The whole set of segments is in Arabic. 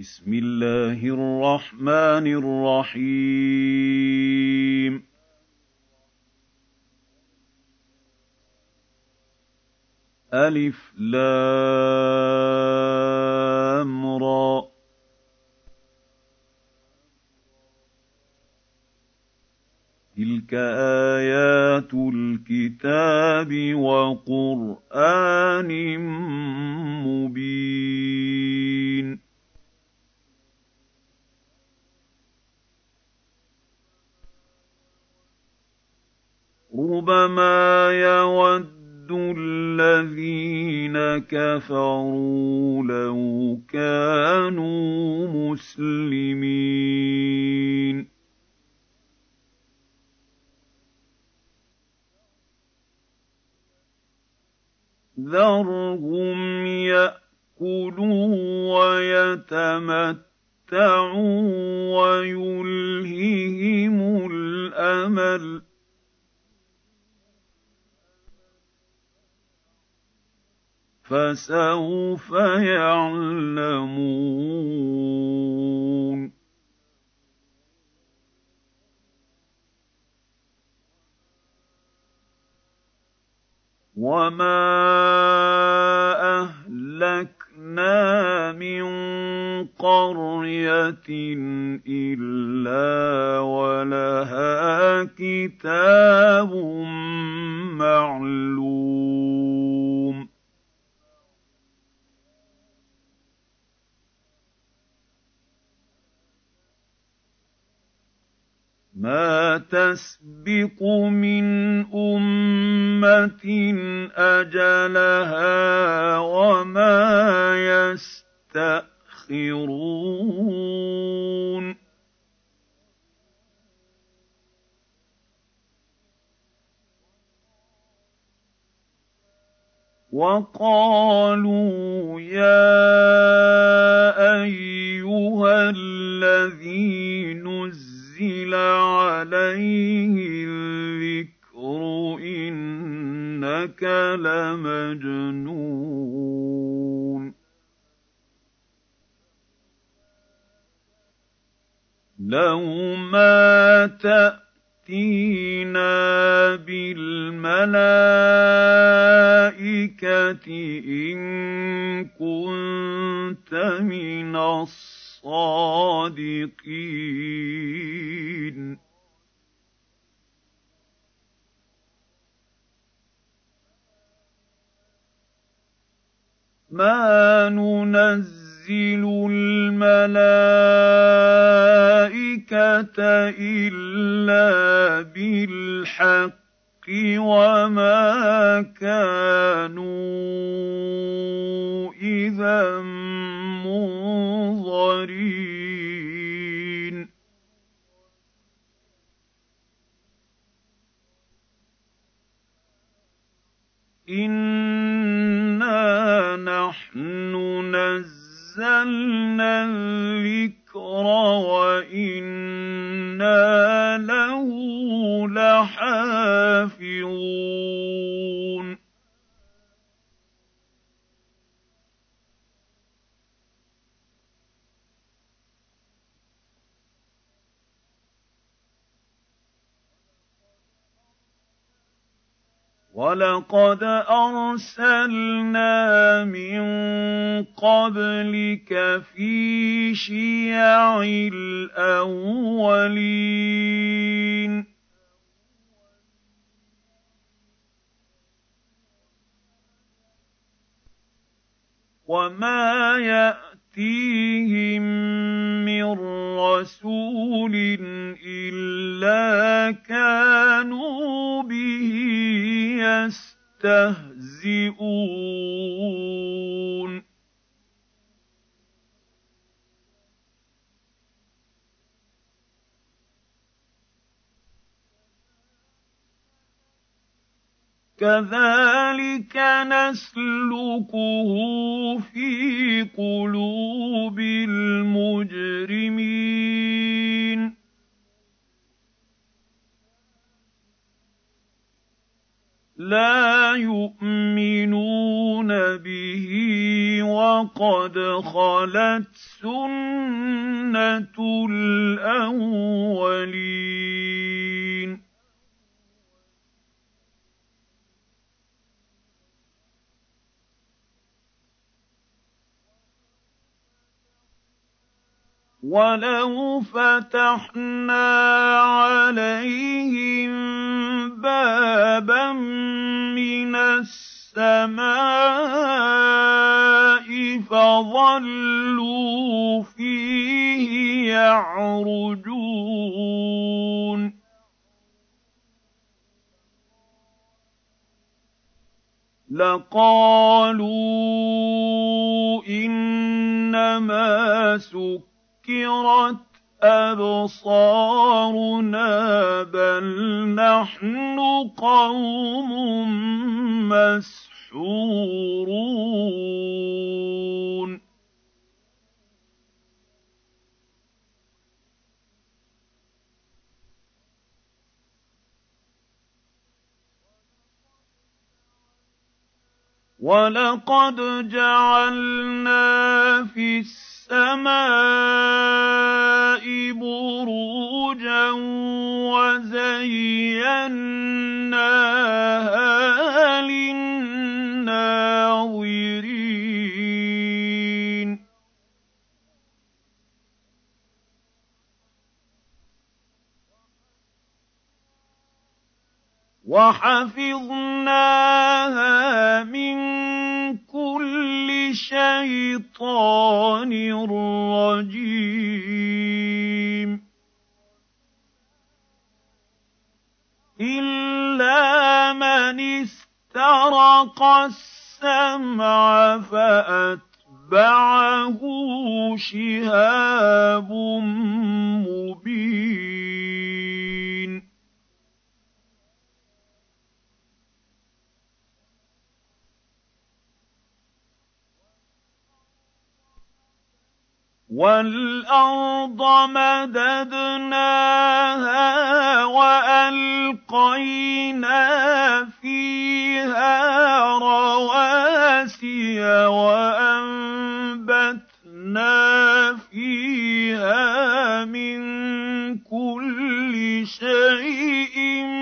بسم الله الرحمن الرحيم ألف لام را تلك آيات الكتاب وقرآن مبين ربما يود الذين كفروا لو كانوا مسلمين ذرهم يأكلوا ويتمتعوا ويلههم الأمل فسوف يعلمون وما أهلكنا من قرية إلا ولها كتاب معلوم ما تسبق من أمة أجلها وما يستأخرون وقالوا يا أيها الذي نزل عليه الذكر إنك لمجنون لو ما تأتينا بالملائكة إن كنت من الصادقين ما ننزل الملائكة إلا بالحق وما كانوا إذا منظرين إنا نحن نزلنا الذكر وإنا له لحافظون وَلَقَدْ أَرْسَلْنَا مِن قَبْلِكَ فِي شِيَعِ الْأَوَّلِينَ وَمَا يَأْتِيهِم مِّن رَّسُولٍ إِلَّا كَانُوا بِهِ يَسْتَهْزِئُونَ كَذَٰلِكَ نَسْلُكُهُ فِي قُلُوبِ الْمُجْرِمِينَ لَا يُؤْمِنُونَ بِهِ وَقَدْ خَلَتْ سُنَّةُ الْأَوَّلِينَ وَلَوْ فَتَحْنَا عَلَيْهِم بَابًا مِّنَ السَّمَاءِ فَظَلُّوا فِيهِ يَعْرُجُونَ لَقَالُوا إِنَّمَا سُكِّرَتْ أَبْصَارُنَا بَلْ نَحْنُ قَوْمٌ مَّسْحُورُونَ وَلَقَدْ جَعَلْنَا فِي السَّمَاءِ بُرُوجًا وَزَيَّنَّاهَا لِلنَّاظِرِينَ وَحَفِظْنَاهَا مِن كُلِّ شَيْطَانٍ رَّجِيمٍ إِلَّا مَنِ اسْتَرَقَ السَّمْعَ فَأَتْبَعَهُ شِهَابٌ مُّبِينٌ وَالْأَرْضَ مَدَدْنَاهَا وَأَلْقَيْنَا فِيهَا رَوَاسِيَ وَأَنبَتْنَا فِيهَا مِن كُلِّ شَيْءٍ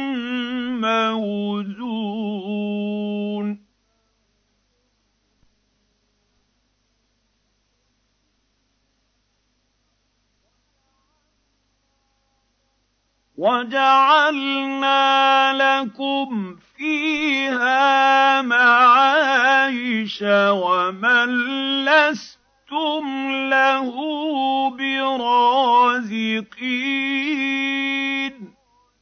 مَّوْزُونٍ وَجَعَلْنَا لَكُمْ فِيهَا مَعَايِشَ وَمَن لَّسْتُمْ لَهُ بِرَازِقِينَ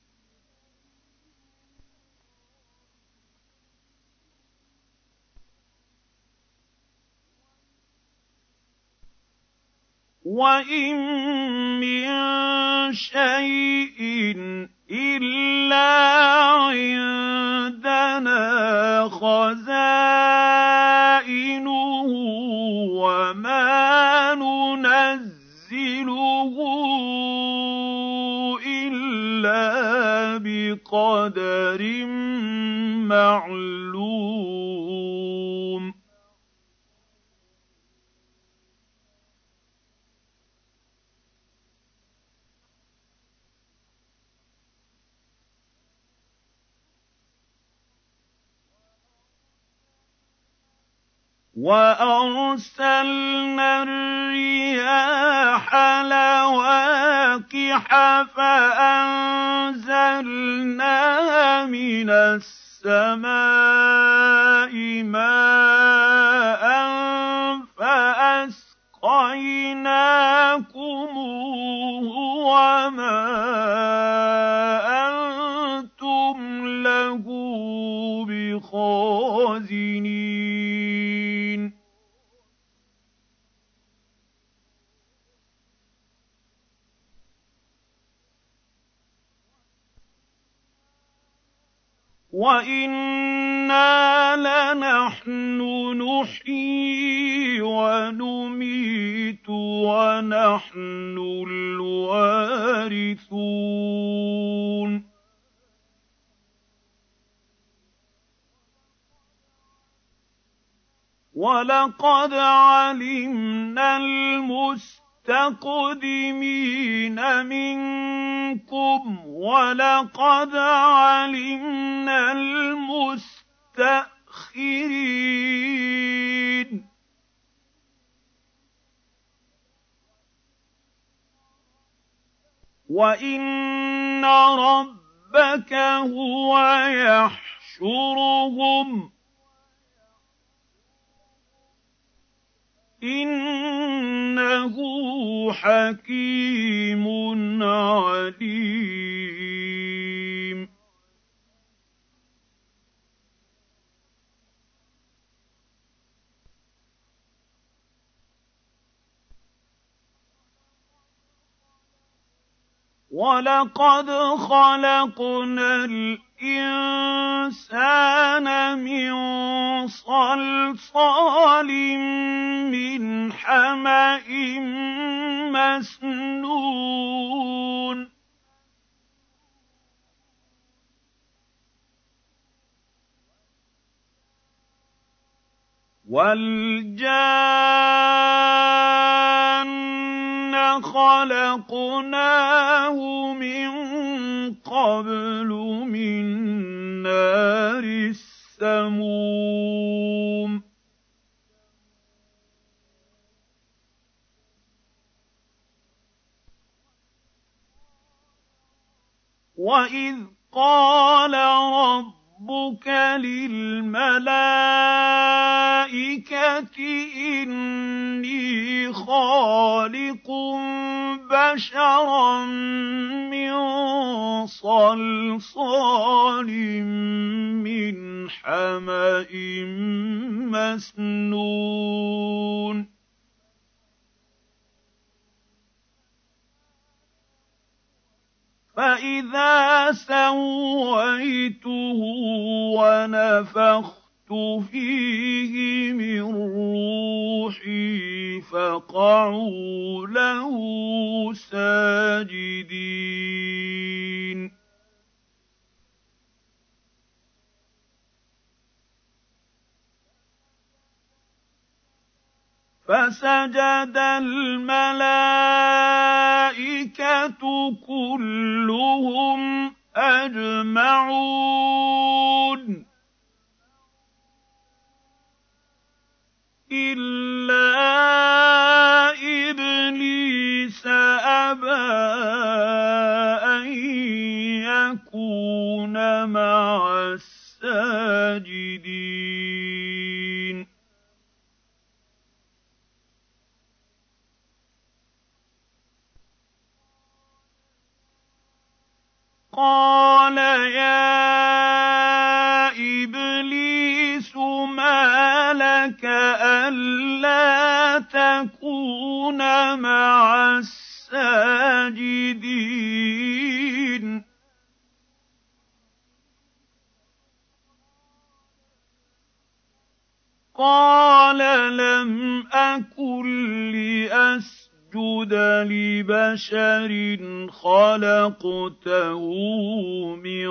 وَإِن مِّن شَيْءٍ إِلَّا عِندَنَا خَزَائِنُهُ وَمَا نُنَزِّلُهُ إِلَّا بِقَدَرٍ مَّعْلُومٍ وَأَرْسَلْنَا الرِّيَاحَ لَوَاقِحَ فَأَنزَلْنَا مِنَ السَّمَاءِ مَاءً فَأَسْقَيْنَاكُمُوهُ وَمَا أَنتُمْ لَهُ بِخَازِنِينَ وَإِنَّا لَنَحْنُ نُحْيِي وَنُمِيتُ وَنَحْنُ الْوَارِثُونَ وَلَقَدْ عَلِمْنَا الْمُسْتَقْدِمِينَ مِنكُمْ وَلَقَدْ عَلِمْنَا الْمُسْتَأْخِرِينَ وَإِنَّ رَبَّكَ هُوَ يَحْشُرُهُمْ إِنَّهُ حَكِيمٌ عَلِيمٌ وَلَقَدْ خَلَقْنَا الْإِنسَانَ مِن صَلْصَالٍ مِّنْ حَمَإٍ مَّسْنُونٍ وَالْجَانَّ خَلَقْنَاهُ مِن قَبْلُ مِن نَّارِ السَّمُومِ وَإِذْ قَالَ رَبُّكَ لِلْمَلَائِكَةِ إِنِّي خَالِقٌ بَشَرًا مِّن صَلْصَالٍ مِّنْ حَمَإٍ مَّسْنُونٍ فَإِذَا سَوَّيْتُهُ وَنَفَخْتُ فِيهِ مِن رُّوحِي فَقَعُوا لَهُ سَاجِدِينَ فَسَجَدَ الْمَلَائِكَةُ كُلُّهُمْ أَجْمَعُونَ إِلَّا إِبْلِيسَ أَبَىٰ أَن يَكُونَ مَعَ السَّاجِدِينَ قَالَ يَا إِبْلِيسُ مَا لَكَ أَلَّا تَكُونَ مَعَ السَّاجِدِينَ قَالَ لَمْ أَكُن لِّأَسْجُدَ لِبَشَرٍ خَلَقْتَهُ مِن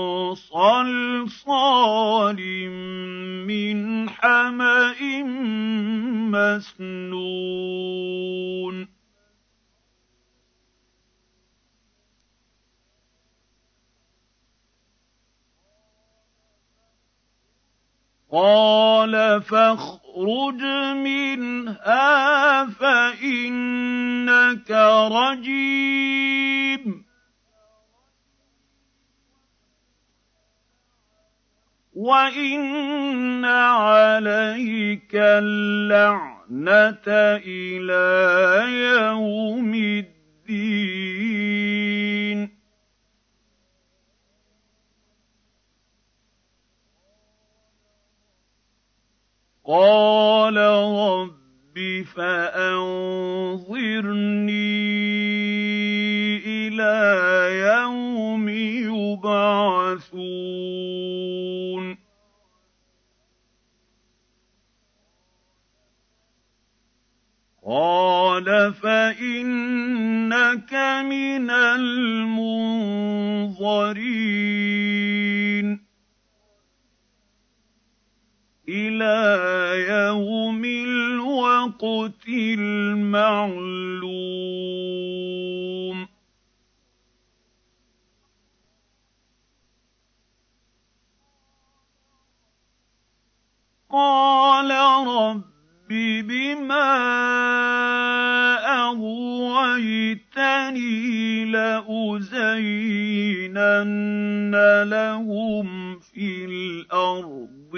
صَلْصَالٍ مِّنْ حَمَإٍ مَّسْنُونٍ قَالَ فَاخْرُجْ مِنْهَا فَإِنَّكَ رَجِيمٌ وَإِنَّ عَلَيْكَ اللَّعْنَةَ إِلَىٰ يَوْمِ الدِّينِ قَالَ رَبِّ فَأَنظِرْنِي إِلَىٰ يَوْمِ يُبْعَثُونَ قَالَ فَإِنَّكَ مِنَ الْمُنظَرِينَ إِلَىٰ إِلَىٰ يَوْمِ الْوَقْتِ الْمَعْلُومِ قَالَ رَبِّ بِمَا أَغْوَيْتَنِي لَأُزَيِّنَنَّ لَهُمْ فِي الْأَرْضِ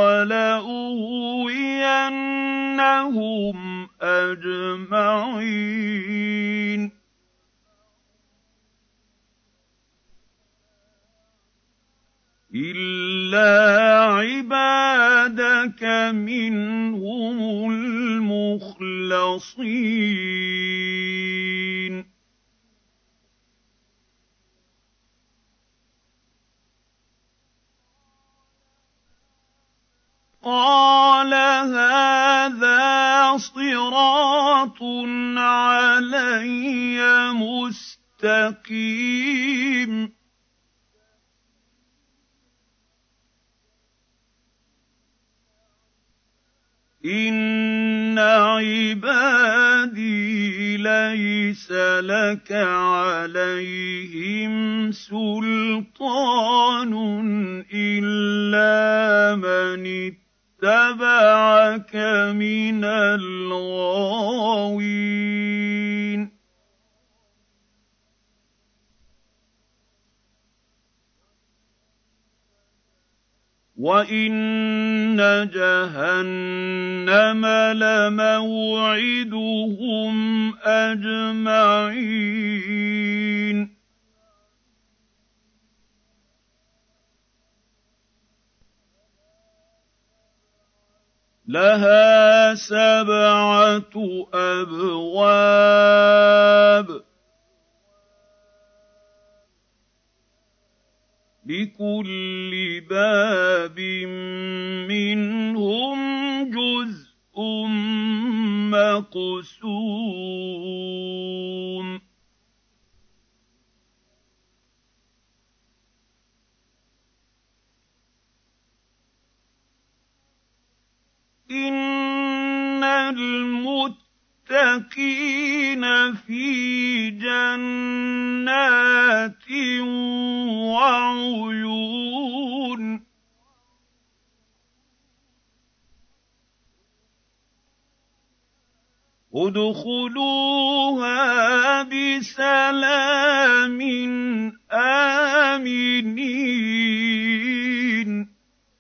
وَلَأُغْوِيَنَّهُمْ أَجْمَعِينَ إِلَّا عِبَادَكَ مِنْهُمُ الْمُخْلَصِينَ قَالَ هَٰذَا صِرَاطٌ عَلَيَّ مُسْتَقِيمٌ إِنَّ عِبَادِي لَيْسَ لَكَ عَلَيْهِمْ سُلْطَانٌ إِلَّا مَنِ اتَّبَعَكَ مِنَ الْغَاوِينَ وَإِنَّ جَهَنَّمَ لَمَوْعِدُهُمْ أَجْمَعِينَ لَهَا 7 أَبْوَابٍ لِكُلِّ بَابٍ مِّنْهُمْ جُزْءٌ مَّقْسُومٌ إِنَّ الْمُتَّقِينَ فِي جَنَّاتٍ وَعُيُونٍ ادْخُلُوهَا بِسَلَامٍ آمِنِينَ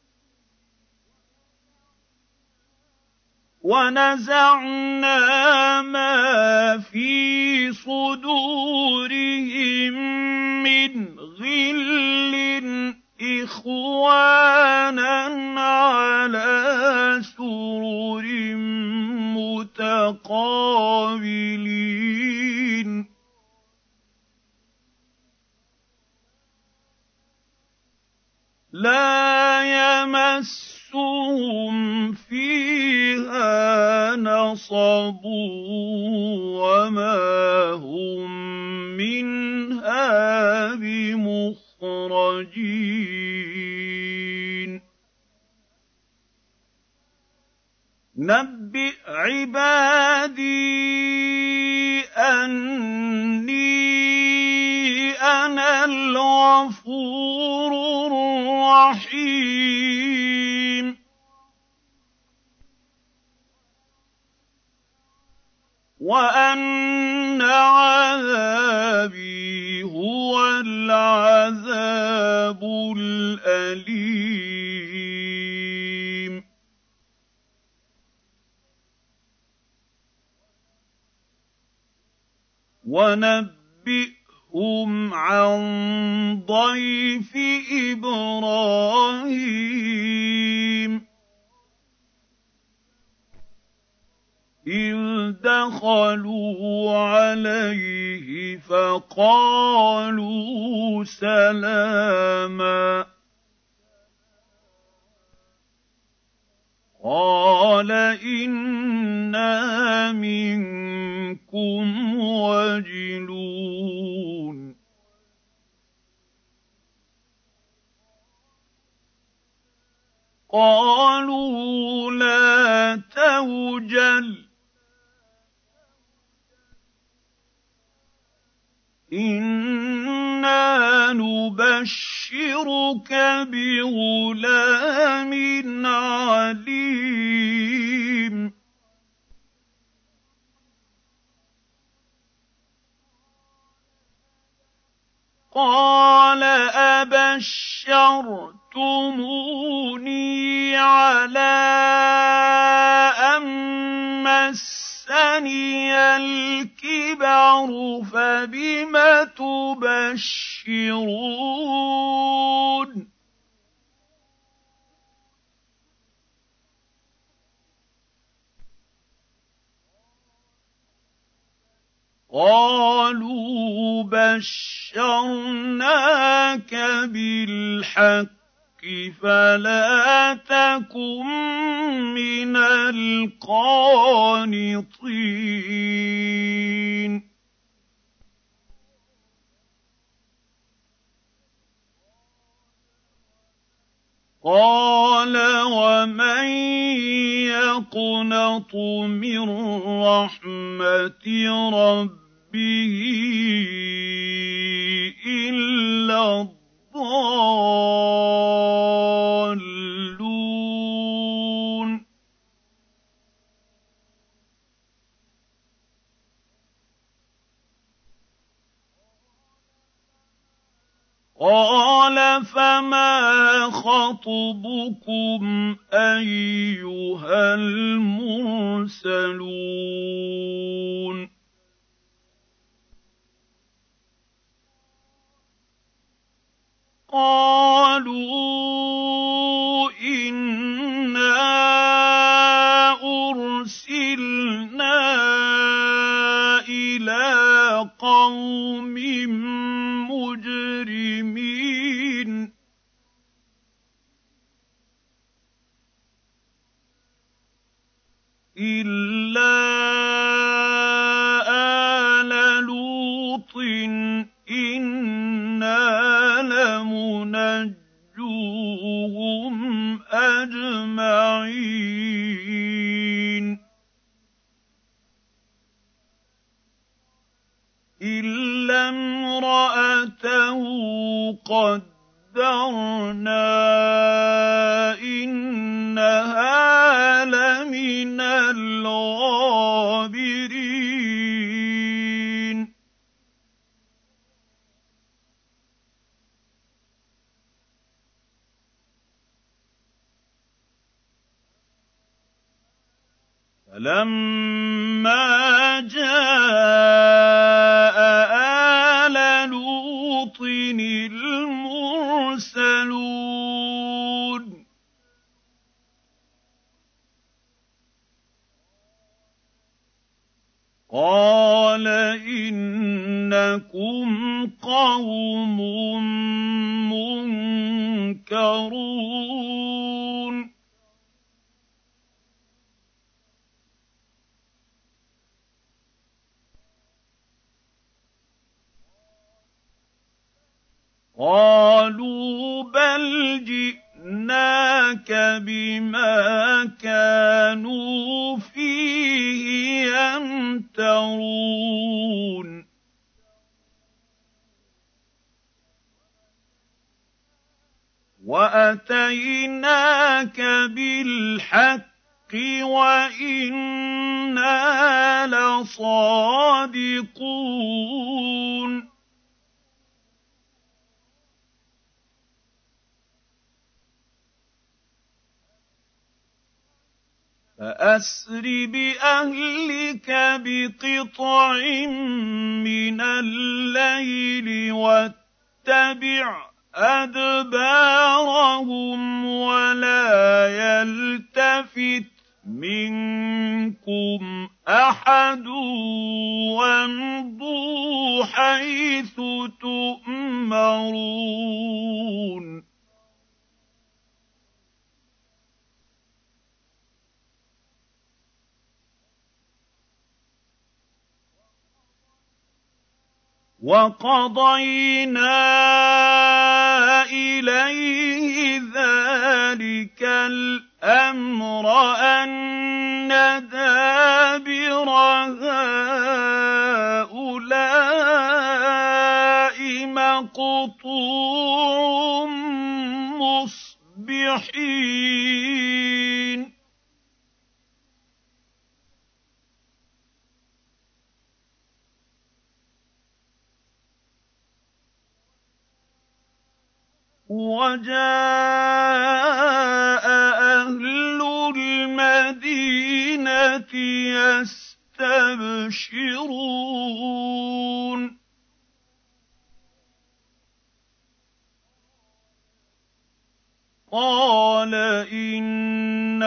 وَنَزَعْنَا مَا فِي صُدُورِهِم مِّنْ غِلٍّ إِخْوَانًا عَلَىٰ سُرُرٍ مُّتَقَابِلِينَ لَا يَمَسُّهُمْ فِيهَا نَصَبٌ وَمَا هُم مِّنْهَا بِمُخْرَجِينَ نَبِّئْ عِبَادِي أَنِّي أَنَا الْغَفُورُ الرَّحِيمُ وَأَنَّ عَذَابِي هُوَ الْعَذَابُ الْأَلِيمُ وَنَبِّئْهُمْ عَن ضَيْفِ إِبْرَاهِيمَ إِذْ دَخَلُوا عَلَيْهِ فَقَالُوا سَلَامًا قَالَ إِنَّا مِنكُمْ وَجِلُونَ قَالُوا إِنَّا نُبَشِّرُكَ بِغُلَامٍ عَلِيمٍ قَالَ أَبَشَّرْتُمُونِي عَلَىٰ أَن مَّسَّنِيَ الْكِبَرُ فَبِمَ تُبَشِّرُونَ قَالُوا بَشَّرْنَاكَ بِالْحَقِّ فَلَا تَكُن مِّنَ الْقَانِطِينَ قَالَ وَمَن يَقْنَطُ مِن رَّحْمَةِ رَبِّهِ إِلَّا الضَّالُّونَ قَالَ فَمَا خَطْبُكُمْ أَيُّهَا الْمُرْسَلُونَ قَالُوا إِنَّا أُرْسِلْنَا إِلَىٰ قَوْمٍ مُّجْرِمِينَ إِلَّا آلَ لُوطٍ إِنَّا لَمُنَجُّوهُمْ أَجْمَعِينَ إِلَّا امْرَأَتَهُ قَدَّرْنَا إِنَّهَا لَمِنَ الْغَابِرِينَ فَلَمَّا جَاءَ آلَ لُوطٍ الْمُرْسَلُونَ قَالَ إِنَّكُمْ قَوْمٌ مُّنكَرُونَ قَالُوا بَلْ جِئْنَاكَ بِمَا كَانُوا فِيهِ يَمْتَرُونَ وَأَتَيْنَاكَ بِالْحَقِّ وَإِنَّا لَصَادِقُونَ فَأَسْرِ بِأَهْلِكَ بِقِطْعٍ مِّنَ اللَّيْلِ وَاتَّبِعْ أَدْبَارَهُمْ وَلَا يَلْتَفِتْ مِنكُمْ أَحَدٌ وَامْضُوا حَيْثُ تُؤْمَرُونَ وَقَضَيْنَا إِلَيْهِ ذَٰلِكَ الْأَمْرَ أَنَّ دَابِرَ هَٰؤُلَاءِ مَقْطُوعٌ مُّصْبِحِينَ وَجَاءَ أَهْلُ الْمَدِينَةِ يَسْتَبْشِرُونَ قَالَ إِنَّ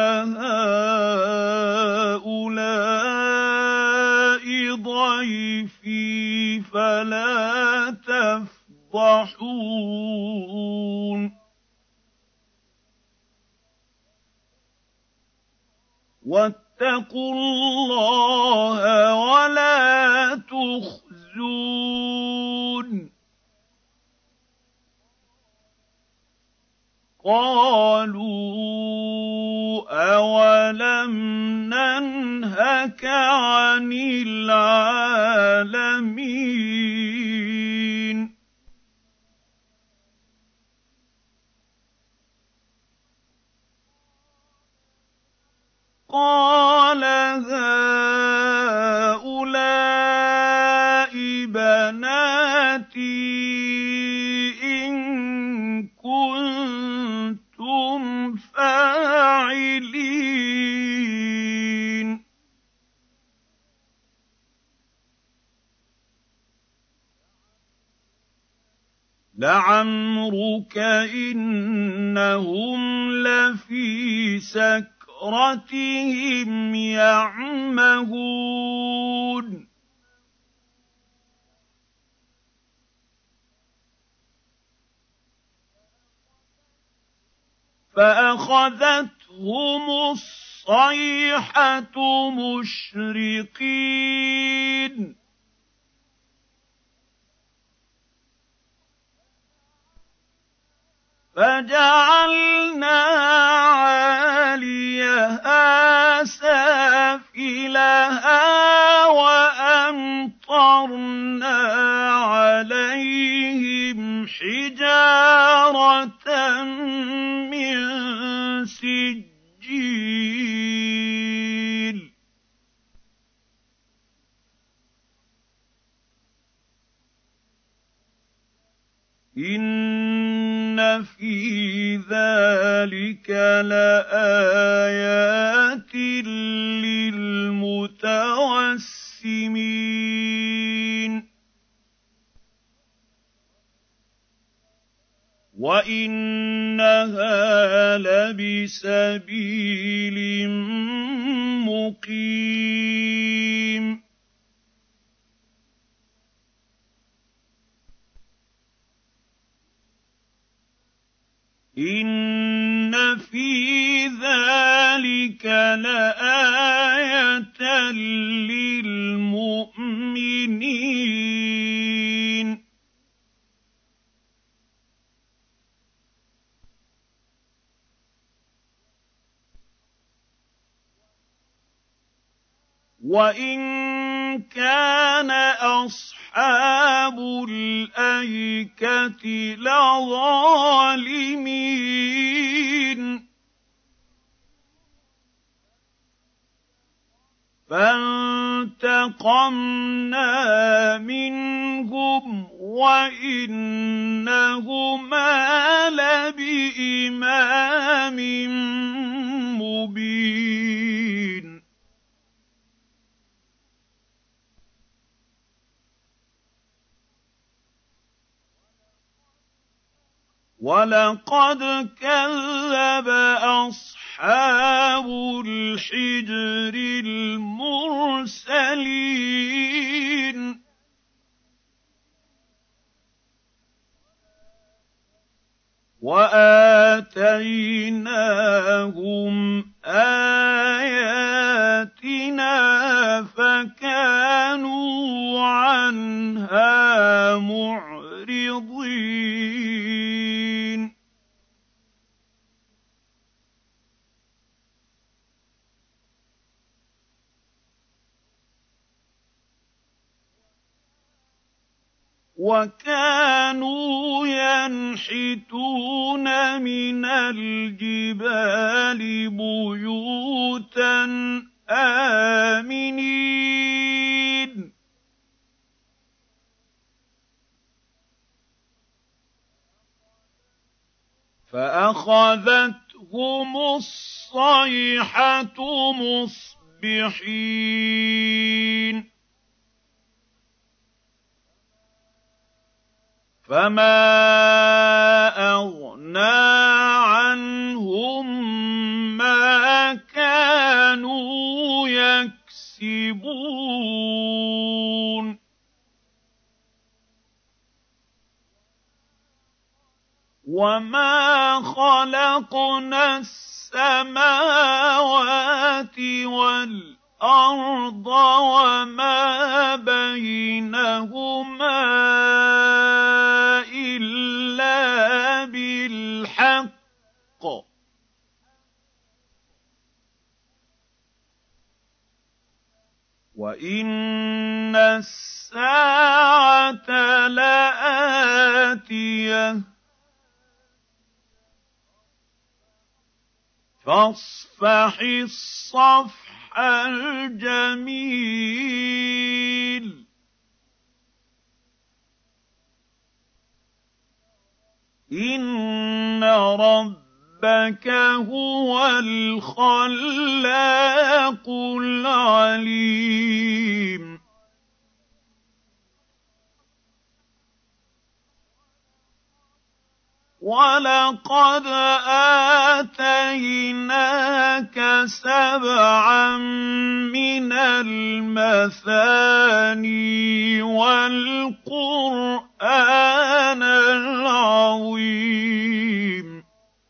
هَٰؤُلَاءِ ضَيْفِي فَلَا تَفْضَحُونِ وَاتَّقُوا اللَّهَ وَلَا تُخْزُونِ قَالُوا أَوَلَمْ نَنْهَكَ عَنِ الْعَالَمِينَ قَالَ هَٰؤُلَاءِ بَنَاتِي إِن كُنتُمْ فَاعِلِينَ لَعَمْرُكَ إِنَّهُمْ لَفِي سَكْرَتِهِمْ يَعْمَهُونَ فَأَخَذَتْهُمُ الصَّيْحَةُ مُشْرِقِينَ فَجَعَلْنَا عَالِيَهَا سَافِلَهَا وَأَمْطَرْنَا عَلَيْهِمْ حِجَارَةً مِّن سِجِّيلٍ إِنَّ فِي ذَٰلِكَ لَآيَاتٍ لِّلْمُتَوَسِّمِينَ وَإِنَّهَا لَبِسَبِيلٍ مُّقِيمٍ إِنَّ فِي ذَٰلِكَ لَآيَةً لِّلْمُؤْمِنِينَ وَإِن كَانَ أَصْحَابُ الْأَيْكَةِ لَظَالِمِينَ فَانتَقَمْنَا مِنْهُمْ وَإِنَّهُمَا لَبِإِمَامٍ مُّبِينٍ وَلَقَدْ كَذَّبَ أَصْحَابُ الْحِجْرِ الْمُرْسَلِينَ وَآتَيْنَاهُمْ آيَاتِنَا فَكَانُوا عَنْهَا مُعْرِضِينَ وَكَانُوا يَنْحِتُونَ مِنَ الْجِبَالِ بُيُوتًا آمِنِينَ فَأَخَذَتْهُمُ الصَّيْحَةُ مُصْبِحِينَ فَمَا أَغْنَىٰ عَنْهُم مَّا كَانُوا يَكْسِبُونَ وَمَا خَلَقْنَا السَّمَاوَاتِ وَالْأَرْضَ وَمَا بَيْنَهُمَا إِلَّا بِالْحَقِّ ۗ وَإِنَّ السَّاعَةَ لَآتِيَةٌ فَاصْفَحِ الصَّفْحَ الْجَمِيلَ إِنَّ رَبَّكَ هُوَ الْخَلَّاقُ الْعَلِيمُ وَلَقَدْ آتَيْنَاكَ سَبْعًا مِّنَ الْمَثَانِي وَالْقُرْآنَ الْعَظِيمَ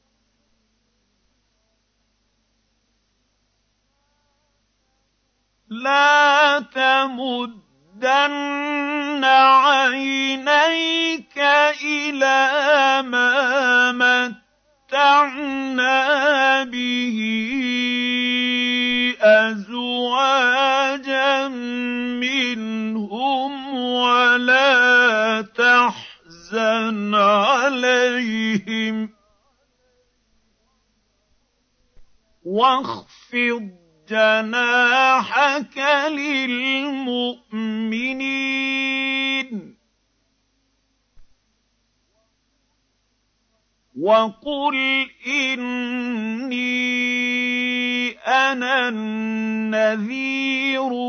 لَا تَمُدَّنَّ عَيْنَيْكَ إِلَىٰ مَا مَتَّعْنَا بِهِ أَزْوَاجًا مِّنْهُمْ وَلَا تَحْزَنْ عَلَيْهِمْ وَاخْفِضْ جَنَاحَكَ لِلْمُؤْمِنِينَ وَقُلْ إِنِّي أَنَا النَّذِيرُ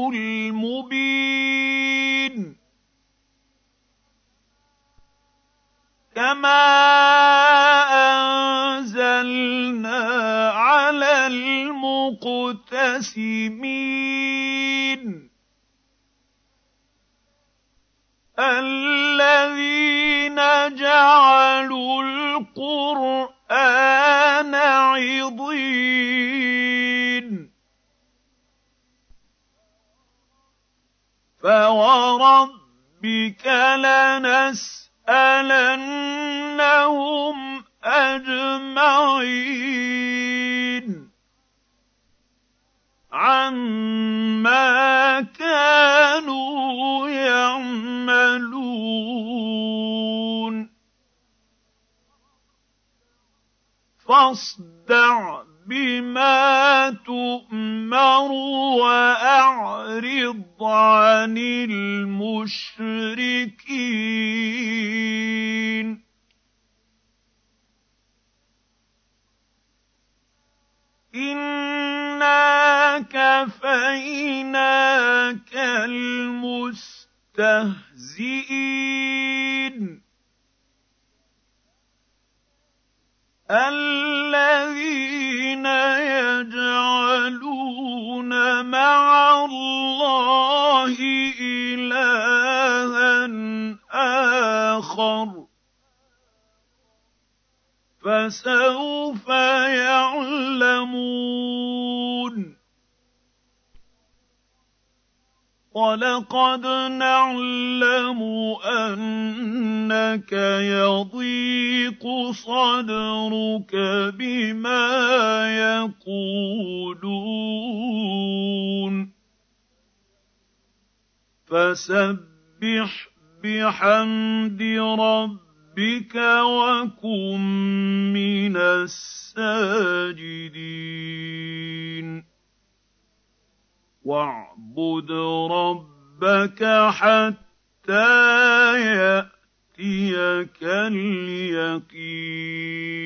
الْمُبِينُ كَمَا أَنزَلْنَا عَلَى الْمُقْتَسِمِينَ الَّذِينَ جَعَلُوا الْقُرْآنَ عِضِينَ فَوَرَبِّكَ لَنَسْأَلَنَّهُمْ أَجْمَعِينَ عَمَّا كَانُوا يَعْمَلُونَ فَاصْدَعْ بِمَا تُؤْمَرُ وَأَعْرِضْ عَنِ الْمُشْرِكِينَ إِنَّا كَفَيْنَاكَ الْمُسْتَهْزِئِينَ الَّذِينَ يَجْعَلُونَ مَعَ اللَّهِ إِلَٰهًا آخَرَ فَسَوْفَ يَعْلَمُونَ وَلَقَدْ نَعْلَمُ أَنَّكَ يَضِيقُ صَدْرُكَ بِمَا يَقُولُونَ فَسَبِّحْ بِحَمْدِ رَبِّكَ وَكُن مِّنَ السَّاجِدِينَ وَاعْبُدْ رَبَّكَ حَتَّىٰ يَأْتِيَكَ الْيَقِينُ